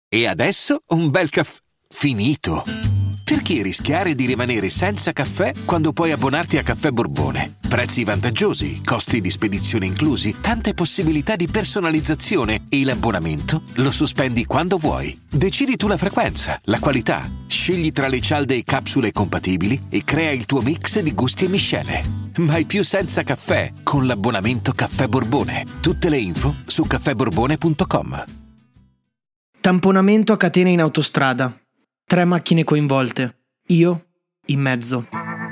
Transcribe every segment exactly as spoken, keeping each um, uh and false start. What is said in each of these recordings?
E adesso un bel caffè finito. Perché rischiare di rimanere senza caffè quando puoi abbonarti a Caffè Borbone? Prezzi vantaggiosi, costi di spedizione inclusi, tante possibilità di personalizzazione e l'abbonamento lo sospendi quando vuoi. Decidi tu la frequenza, la qualità, scegli tra le cialde e capsule compatibili e crea il tuo mix di gusti e miscele. Mai più senza caffè con l'abbonamento Caffè Borbone. Tutte le info su caffè borbone punto com. Tamponamento a catena in autostrada. Tre macchine coinvolte. Io in mezzo.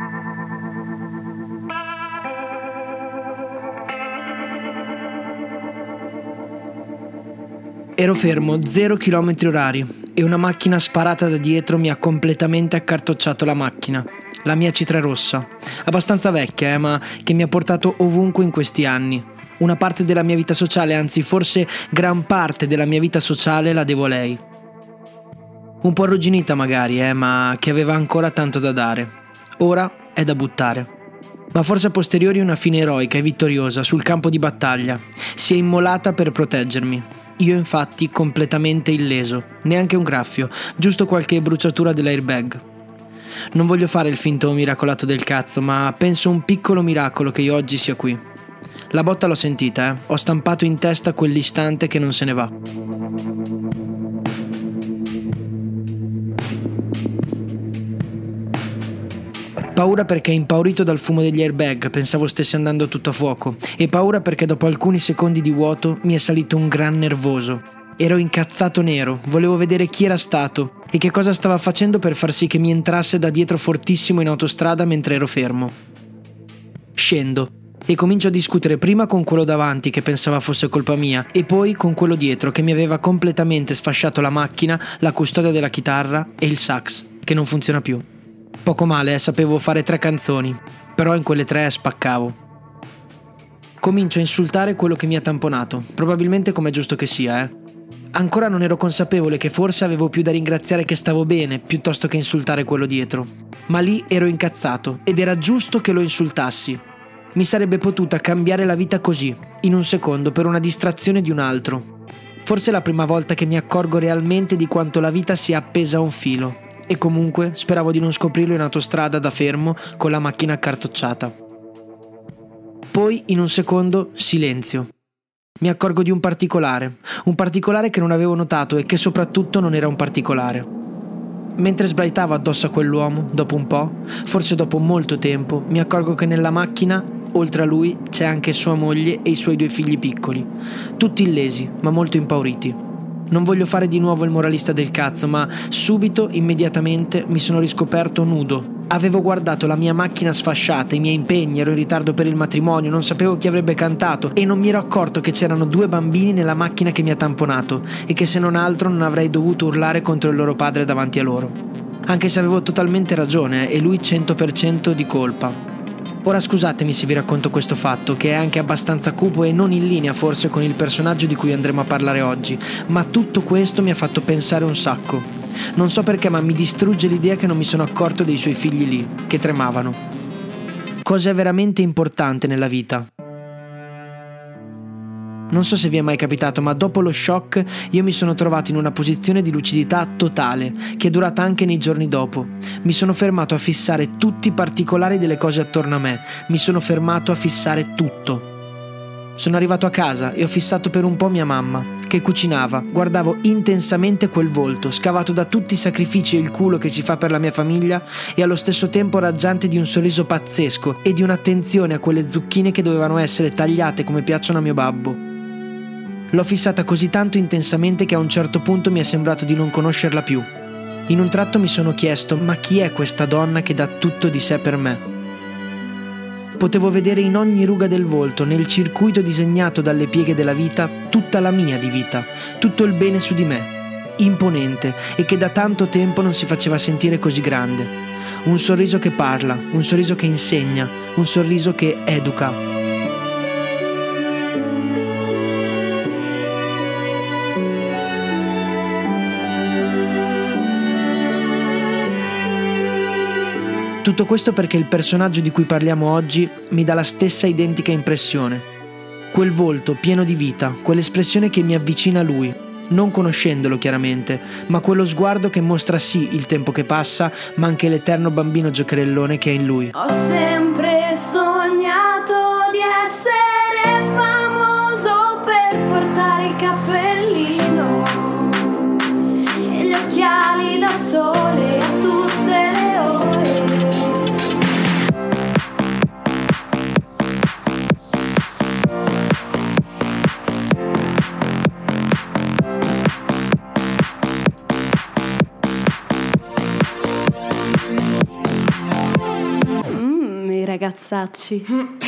Ero fermo zero chilometri orari e una macchina sparata da dietro mi ha completamente accartocciato la macchina. La mia C tre rossa. Abbastanza vecchia, eh, ma che mi ha portato ovunque in questi anni. Una parte della mia vita sociale, anzi forse gran parte della mia vita sociale la devo a lei. Un po' arrugginita magari, eh, ma che aveva ancora tanto da dare. Ora è da buttare. Ma forse a posteriori una fine eroica e vittoriosa sul campo di battaglia. Si è immolata per proteggermi. Io infatti completamente illeso, neanche un graffio, giusto qualche bruciatura dell'airbag. Non voglio fare il finto miracolato del cazzo, ma penso un piccolo miracolo che io oggi sia qui. La botta l'ho sentita, eh. Ho stampato in testa quell'istante che non se ne va. Paura perché impaurito dal fumo degli airbag pensavo stesse andando tutto a fuoco, e paura perché dopo alcuni secondi di vuoto mi è salito un gran nervoso. Ero incazzato nero, volevo vedere chi era stato e che cosa stava facendo per far sì che mi entrasse da dietro fortissimo in autostrada mentre ero fermo. Scendo e comincio a discutere prima con quello davanti che pensava fosse colpa mia e poi con quello dietro che mi aveva completamente sfasciato la macchina, la custodia della chitarra e il sax, che non funziona più. Poco male, eh, sapevo fare tre canzoni, però in quelle tre spaccavo. Comincio a insultare quello che mi ha tamponato, probabilmente come è giusto che sia, eh. Ancora non ero consapevole che forse avevo più da ringraziare che stavo bene, piuttosto che insultare quello dietro. Ma lì ero incazzato, ed era giusto che lo insultassi. Mi sarebbe potuta cambiare la vita così, in un secondo, per una distrazione di un altro. Forse è la prima volta che mi accorgo realmente di quanto la vita sia appesa a un filo. E comunque speravo di non scoprirlo in autostrada da fermo con la macchina accartocciata. Poi in un secondo silenzio. Mi accorgo di un particolare, un particolare che non avevo notato e che soprattutto non era un particolare. Mentre sbraitavo addosso a quell'uomo, dopo un po', forse dopo molto tempo, mi accorgo che nella macchina, oltre a lui, c'è anche sua moglie e i suoi due figli piccoli, tutti illesi, ma molto impauriti. Non voglio fare di nuovo il moralista del cazzo, ma subito, immediatamente, mi sono riscoperto nudo. Avevo guardato la mia macchina sfasciata, i miei impegni, ero in ritardo per il matrimonio, non sapevo chi avrebbe cantato e non mi ero accorto che c'erano due bambini nella macchina che mi ha tamponato e che se non altro non avrei dovuto urlare contro il loro padre davanti a loro. Anche se avevo totalmente ragione e lui cento per cento di colpa. Ora scusatemi se vi racconto questo fatto, che è anche abbastanza cupo e non in linea forse con il personaggio di cui andremo a parlare oggi, ma tutto questo mi ha fatto pensare un sacco. Non so perché, ma mi distrugge l'idea che non mi sono accorto dei suoi figli lì, che tremavano. Cosa è veramente importante nella vita? Non so se vi è mai capitato, ma dopo lo shock io mi sono trovato in una posizione di lucidità totale, che è durata anche nei giorni dopo. Mi sono fermato a fissare tutti i particolari delle cose attorno a me, mi sono fermato a fissare tutto. Sono arrivato a casa e ho fissato per un po' mia mamma, che cucinava, guardavo intensamente quel volto, scavato da tutti i sacrifici e il culo che si fa per la mia famiglia e allo stesso tempo raggiante di un sorriso pazzesco e di un'attenzione a quelle zucchine che dovevano essere tagliate come piacciono a mio babbo. L'ho fissata così tanto intensamente che a un certo punto mi è sembrato di non conoscerla più. In un tratto mi sono chiesto, ma chi è questa donna che dà tutto di sé per me? Potevo vedere in ogni ruga del volto, nel circuito disegnato dalle pieghe della vita, tutta la mia di vita, tutto il bene su di me, imponente e che da tanto tempo non si faceva sentire così grande. Un sorriso che parla, un sorriso che insegna, un sorriso che educa. Tutto questo perché il personaggio di cui parliamo oggi mi dà la stessa identica impressione. Quel volto pieno di vita, quell'espressione che mi avvicina a lui, non conoscendolo chiaramente, ma quello sguardo che mostra sì il tempo che passa, ma anche l'eterno bambino giocherellone che è in lui. Ho sempre sognato di essere famoso per portare il cappellino e gli occhiali da sole a tutte le ore. Mmm, i ragazzacci.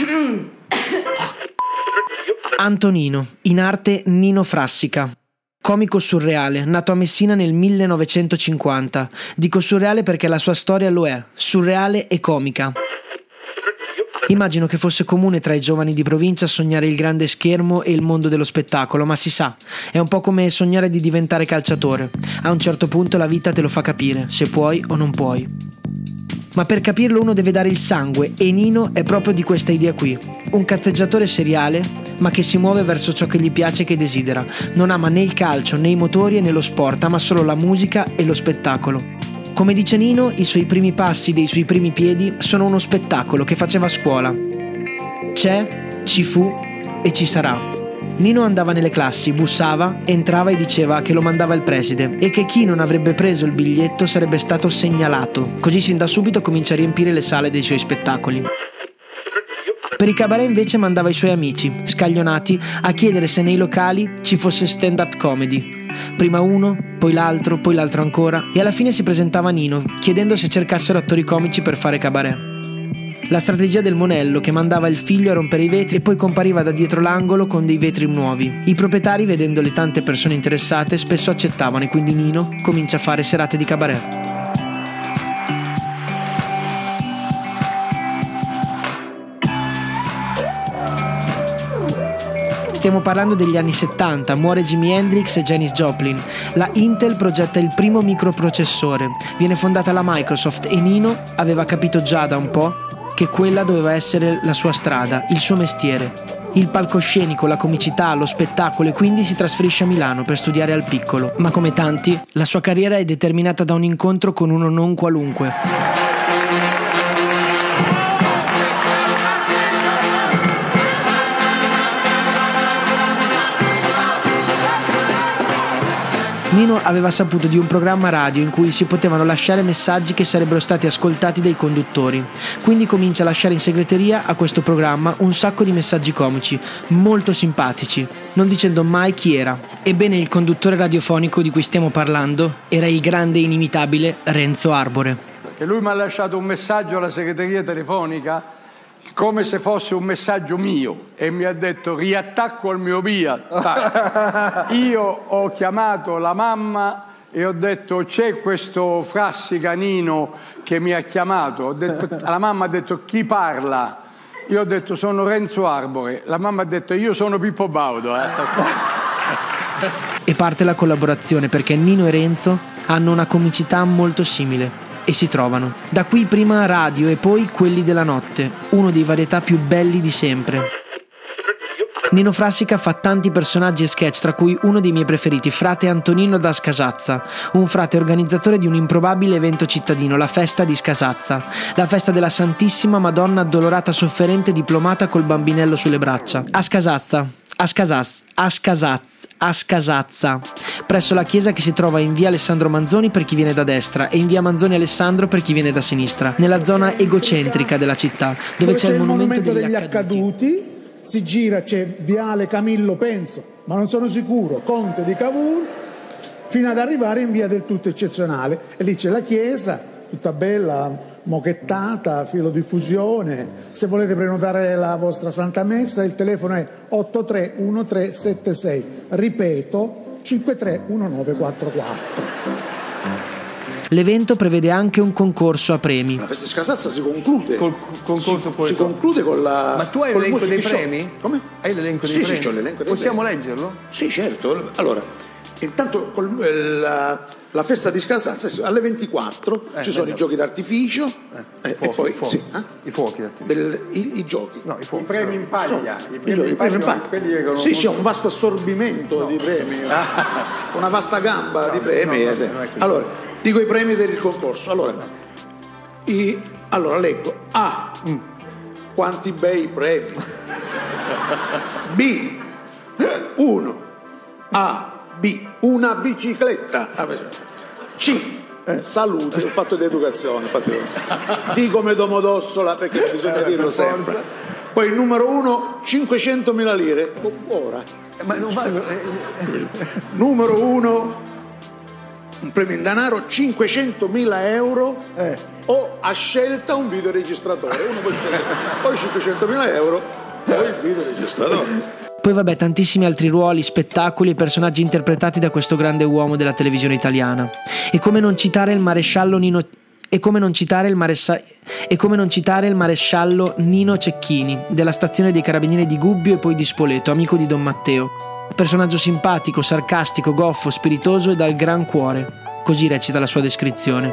Antonino, in arte Nino Frassica. Comico surreale, nato a Messina nel millenovecentocinquanta. Dico surreale perché la sua storia lo è, surreale e comica. Immagino che fosse comune tra i giovani di provincia sognare il grande schermo e il mondo dello spettacolo, ma si sa, è un po' come sognare di diventare calciatore. A un certo punto la vita te lo fa capire, se puoi o non puoi. Ma per capirlo uno deve dare il sangue, e Nino è proprio di questa idea qui. Un cazzeggiatore seriale, ma che si muove verso ciò che gli piace e che desidera. Non ama né il calcio, né i motori né lo sport, ama solo la musica e lo spettacolo. Come dice Nino, i suoi primi passi dei suoi primi piedi sono uno spettacolo che faceva a scuola. C'è, ci fu e ci sarà. Nino andava nelle classi, bussava, entrava e diceva che lo mandava il preside e che chi non avrebbe preso il biglietto sarebbe stato segnalato. Così sin da subito comincia a riempire le sale dei suoi spettacoli. Per i cabaret invece mandava i suoi amici, scaglionati, a chiedere se nei locali ci fosse stand-up comedy. Prima uno, poi l'altro, poi l'altro ancora, e alla fine si presentava Nino, chiedendo se cercassero attori comici per fare cabaret. La strategia del monello che mandava il figlio a rompere i vetri e poi compariva da dietro l'angolo con dei vetri nuovi. I proprietari, vedendo le tante persone interessate, spesso accettavano e quindi Nino comincia a fare serate di cabaret. Stiamo parlando degli anni settanta, muore Jimi Hendrix e Janis Joplin. La Intel progetta il primo microprocessore, viene fondata la Microsoft e Nino aveva capito già da un po' che quella doveva essere la sua strada, il suo mestiere. Il palcoscenico, la comicità, lo spettacolo, e quindi si trasferisce a Milano per studiare al piccolo. Ma come tanti, la sua carriera è determinata da un incontro con uno non qualunque. Nino aveva saputo di un programma radio in cui si potevano lasciare messaggi che sarebbero stati ascoltati dai conduttori. Quindi comincia a lasciare in segreteria a questo programma un sacco di messaggi comici, molto simpatici, non dicendo mai chi era. Ebbene, il conduttore radiofonico di cui stiamo parlando era il grande e inimitabile Renzo Arbore. Perché lui mi ha lasciato un messaggio alla segreteria telefonica come se fosse un messaggio mio e mi ha detto: riattacco al mio via. Io ho chiamato la mamma e ho detto: c'è questo Frassica Nino che mi ha chiamato. Ho detto, la mamma ha detto: chi parla? Io ho detto: sono Renzo Arbore. La mamma ha detto: io sono Pippo Baudo. Eh. E parte la collaborazione perché Nino e Renzo hanno una comicità molto simile e si trovano. Da qui prima Radio e poi Quelli della notte, uno dei varietà più belli di sempre. Nino Frassica fa tanti personaggi e sketch, tra cui uno dei miei preferiti, frate Antonino da Scasazza, un frate organizzatore di un improbabile evento cittadino, la festa di Scasazza, la festa della Santissima Madonna addolorata sofferente diplomata col bambinello sulle braccia. A Scasazza, a Scasazza, a Scasazza, a Scasazza, presso la chiesa che si trova in via Alessandro Manzoni per chi viene da destra e in via Manzoni Alessandro per chi viene da sinistra, nella zona egocentrica della città, dove, dove c'è, c'è il monumento, monumento degli, degli accaduti. accaduti. Si gira, c'è viale Camillo, penso, ma non sono sicuro, Conte di Cavour, fino ad arrivare in via del tutto eccezionale. E lì c'è la chiesa, tutta bella, mochettata, filodiffusione. Se volete prenotare la vostra Santa Messa, il telefono è otto tre uno tre sette sei, ripeto, cinque tre uno nove quattro quattro. L'evento prevede anche un concorso a premi. La festa di Scasazza si conclude. Col concorso si, si conclude con la. Ma tu hai l'elenco dei premi? Come? Hai l'elenco sì, dei sì, premi? Sì, ho l'elenco dei Possiamo premi. leggerlo? Sì, certo. Allora, intanto col, la, la festa di Scansazza alle ventiquattro eh, ci sono i giochi d'artificio eh, eh, fuochi, e poi i fuochi, sì, eh? i fuochi d'artificio. Del, i, i giochi no, i, fuochi, i premi in paglia so, i premi in paglia, paglia. Quelli che sì, c'è un vasto assorbimento no. di premi una vasta gamba no, di premi no, no, no, allora dico i premi del concorso allora, i, allora leggo A mm. quanti bei premi B uno A B una bicicletta C eh. salute ho fatto di educazione, fatto di educazione. D come Domodossola perché bisogna eh, dirlo sempre forza. Poi il numero uno cinquecentomila lire ora ma non va... numero uno un premio in denaro cinquecentomila euro eh. o a scelta un videoregistratore uno può scegliere poi cinquecentomila euro poi il videoregistratore. Poi vabbè, tantissimi altri ruoli, spettacoli e personaggi interpretati da questo grande uomo della televisione italiana. E come non citare il maresciallo Nino e come non citare il maressa... e come non citare il maresciallo Nino Cecchini della stazione dei carabinieri di Gubbio e poi di Spoleto, amico di Don Matteo. Personaggio simpatico, sarcastico, goffo, spiritoso e dal gran cuore. Così recita la sua descrizione.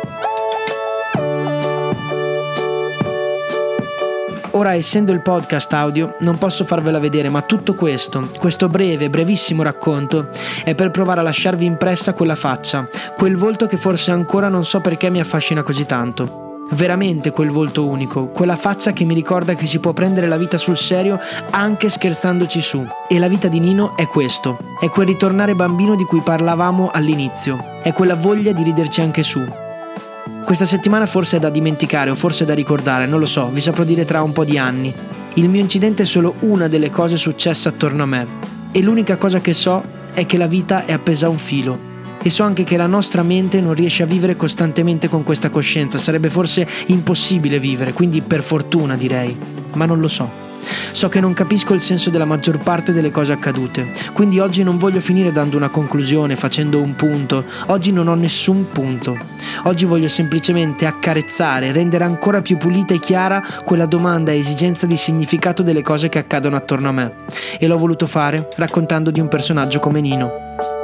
Ora, essendo il podcast audio, non posso farvela vedere, ma tutto questo, questo breve, brevissimo racconto, è per provare a lasciarvi impressa quella faccia, quel volto che forse ancora non so perché mi affascina così tanto. Veramente quel volto unico, quella faccia che mi ricorda che si può prendere la vita sul serio anche scherzandoci su. E la vita di Nino è questo, è quel ritornare bambino di cui parlavamo all'inizio, è quella voglia di riderci anche su. Questa settimana forse è da dimenticare o forse è da ricordare, non lo so, vi saprò dire tra un po' di anni. Il mio incidente è solo una delle cose successe attorno a me e l'unica cosa che so è che la vita è appesa a un filo e so anche che la nostra mente non riesce a vivere costantemente con questa coscienza, sarebbe forse impossibile vivere, quindi per fortuna direi, ma non lo so. So che non capisco il senso della maggior parte delle cose accadute, quindi oggi non voglio finire dando una conclusione, facendo un punto. Oggi non ho nessun punto. Oggi voglio semplicemente accarezzare, rendere ancora più pulita e chiara quella domanda e esigenza di significato delle cose che accadono attorno a me. E l'ho voluto fare raccontando di un personaggio come Nino.